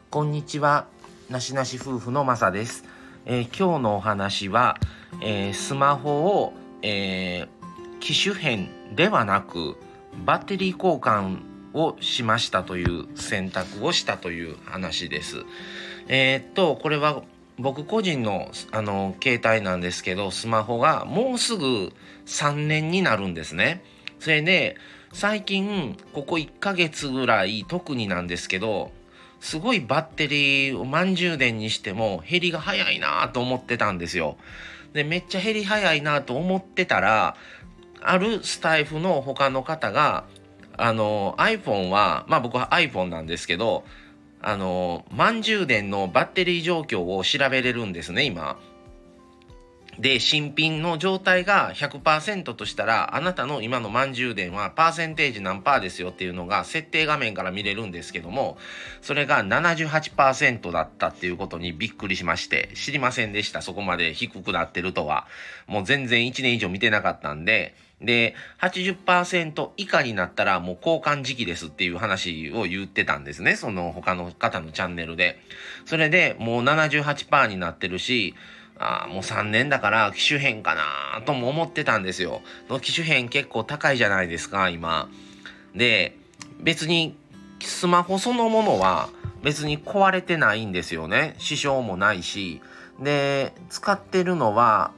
こんにちは。なしなし夫婦のまさです。今日のお話は、スマホを、機種変ではなくバッテリー交換をしましたという選択をしたという話です。これは僕個人の、携帯なんですけど、スマホがもうすぐ3年になるんですね。それで最近ここ1ヶ月ぐらい特になんですけど、すごいバッテリーを満充電にしても減りが早いなと思ってたんですよ。で、めっちゃ減り早いなと思ってたら、あるスタイフの他の方が、iPhone は、僕は iPhone なんですけど、満充電のバッテリー状況を調べれるんですね、今。で、新品の状態が 100% としたら、あなたの今の満充電はパーセンテージ何パーですよっていうのが設定画面から見れるんですけども、それが 78% だったっていうことにびっくりしまして、知りませんでした。そこまで低くなってるとは。もう全然1年以上見てなかったんで、で、80% 以下になったらもう交換時期ですっていう話を言ってたんですね。その他の方のチャンネルで。それでもう 78% になってるし、もう3年だから機種変かなとも思ってたんですよ。の機種変結構高いじゃないですか、今。で、別にスマホそのものは別に壊れてないんですよね。支障もないし。で、使ってるのは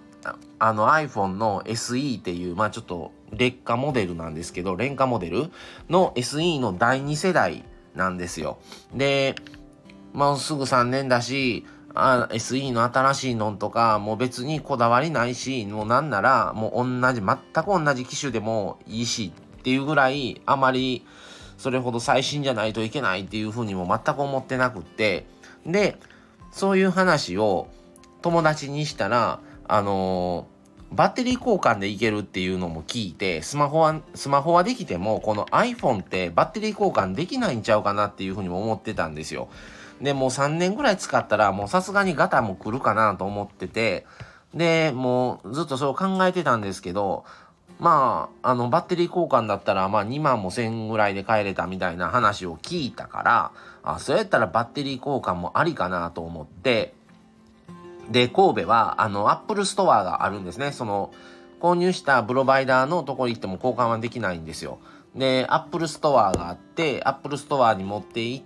iPhone の SE っていう、ちょっと劣化モデルなんですけど、廉価モデルの SE の第2世代なんですよ。で、もうすぐ3年だし、SE の新しいのとかもう別にこだわりないし、もうなんならもう全く同じ機種でもいいしっていうぐらい、あまりそれほど最新じゃないといけないっていうふうにも全く思ってなくって、でそういう話を友達にしたら、バッテリー交換でいけるっていうのも聞いて、スマホはできてもこの iPhone ってバッテリー交換できないんちゃうかなっていうふうにも思ってたんですよ。で、もう3年ぐらい使ったら、もうさすがにガタも来るかなと思ってて、で、もうずっとそう考えてたんですけど、バッテリー交換だったら、2万も1000ぐらいで買えれたみたいな話を聞いたから、そうやったらバッテリー交換もありかなと思って、で、神戸は、アップルストアがあるんですね。その、購入したプロバイダーのところに行っても交換はできないんですよ。で、アップルストアがあって、アップルストアに持って行って、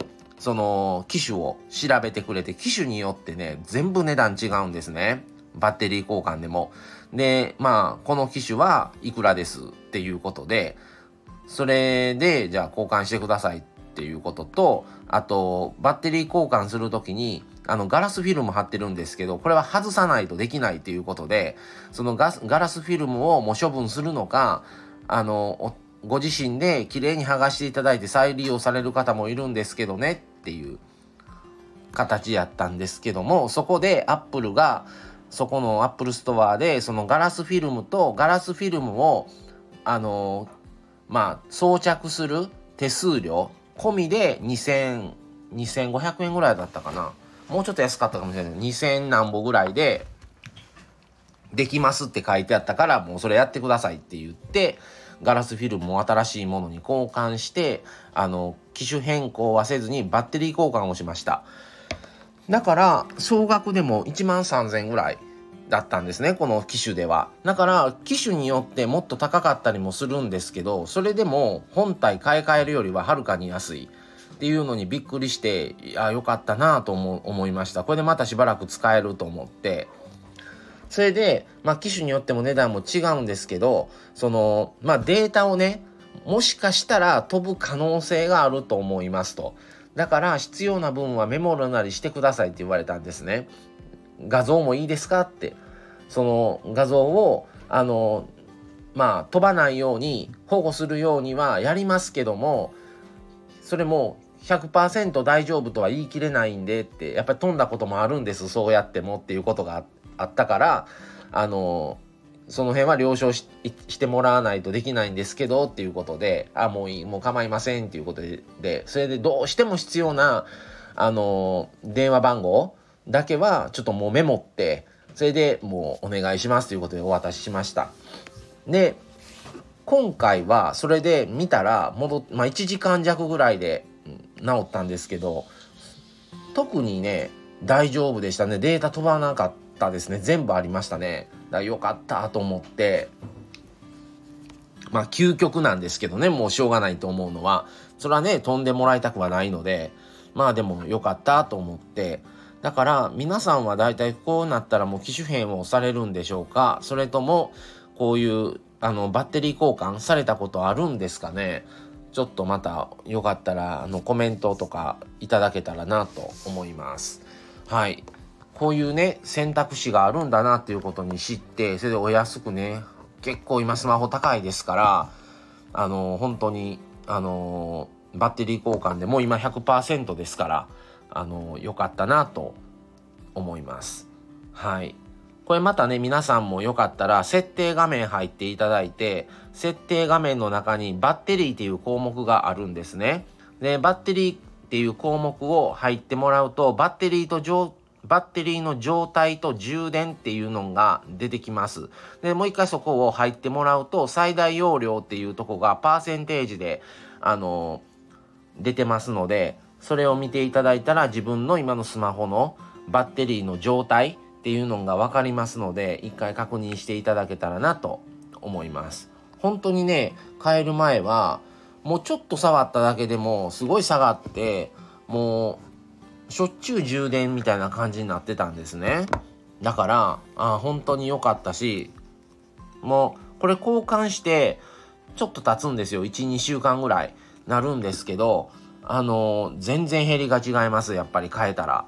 その、機種を調べてくれて、機種によってね、全部値段違うんですね。バッテリー交換でも。で、この機種はいくらですっていうことで、それで、じゃあ交換してくださいっていうことと、あと、バッテリー交換するときに、ガラスフィルム貼ってるんですけど、これは外さないとできないっていうことで、そのガラスフィルムをもう処分するのか、ご自身で綺麗に剥がしていただいて再利用される方もいるんですけどねっていう形やったんですけども、そこでアップルが、そこのアップルストアで、そのガラスフィルムとガラスフィルムを、装着する手数料込みで2500円ぐらいだったかな。もうちょっと安かったかもしれない。2000何ぼぐらいでできますって書いてあったから、もうそれやってくださいって言って、ガラスフィルムを新しいものに交換して、機種変更はせずにバッテリー交換をしました。だから、総額でも1万3000円ぐらいだったんですね、この機種では。だから、機種によってもっと高かったりもするんですけど、それでも本体買い替えるよりははるかに安いっていうのにびっくりして、よかったなと思いました。これでまたしばらく使えると思って。それで、機種によっても値段も違うんですけど、その、データをね、もしかしたら飛ぶ可能性があると思いますと。だから必要な分はメモるなりしてくださいって言われたんですね。画像もいいですかって。その画像を、飛ばないように保護するようにはやりますけども、それも100% 大丈夫とは言い切れないんでって、やっぱり飛んだこともあるんです、そうやってもっていうことがあったから、その辺は了承してもらわないとできないんですけどっていうことで、もういい、もう構いませんっていうことで、それでどうしても必要な、電話番号だけはちょっともうメモって、それでもうお願いしますということでお渡ししました。で、今回はそれで見たら1時間弱ぐらいで治ったんですけど、 特にね大丈夫でしたね。データ飛ばなかったですね。全部ありましたね。だからよかったと思って、まあ究極なんですけどね、もうしょうがないと思うのは、それはね飛んでもらいたくはないので、まあでもよかったと思って、だから皆さんはだいたいこうなったらもう機種変をされるんでしょうか、それともこういうバッテリー交換されたことあるんですかね。ちょっとまたよかったらコメントとかいただけたらなと思います。はい、こういうね選択肢があるんだなっていうことに知って、それでお安くね、結構今スマホ高いですから、本当にバッテリー交換でもう今 100% ですから、よかったなと思います。はい、これまたね皆さんもよかったら設定画面入っていただいて、設定画面の中にバッテリーっていう項目があるんですね。でバッテリーっていう項目を入ってもらうと、バッテリーの状態と充電っていうのが出てきます。でもう一回そこを入ってもらうと、最大容量っていうとこがパーセンテージで出てますので、それを見ていただいたら自分の今のスマホのバッテリーの状態っていうのが分かりますので、一回確認していただけたらなと思います。本当にね変える前はもうちょっと触っただけでもすごい下がって、もうしょっちゅう充電みたいな感じになってたんですね。だから本当に良かったし、もうこれ交換してちょっと経つんですよ。 1,2 週間ぐらいなるんですけど、全然減りが違います。やっぱり変えたら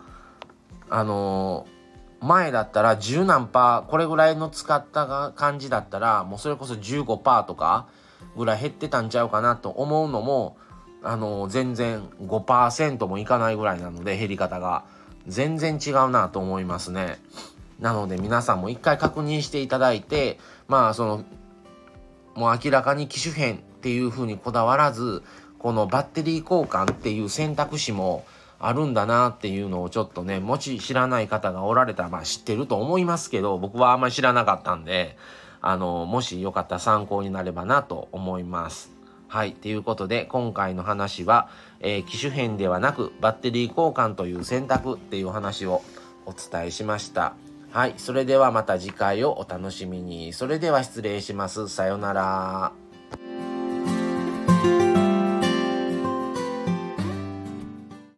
前だったら10何パー、これぐらいの使った感じだったらもうそれこそ 15% とかぐらい減ってたんちゃうかなと思うのも、全然 5% もいかないぐらいなので、減り方が全然違うなと思いますね。なので皆さんも一回確認していただいて、もう明らかに機種変っていう風にこだわらず、このバッテリー交換っていう選択肢もあるんだなっていうのをちょっとね、もし知らない方がおられたら、知ってると思いますけど、僕はあんまり知らなかったんで、もしよかったら参考になればなと思います。はい、ということで今回の話は、機種変ではなくバッテリー交換という選択っていう話をお伝えしました。はい、それではまた次回をお楽しみに。それでは失礼します。さようなら。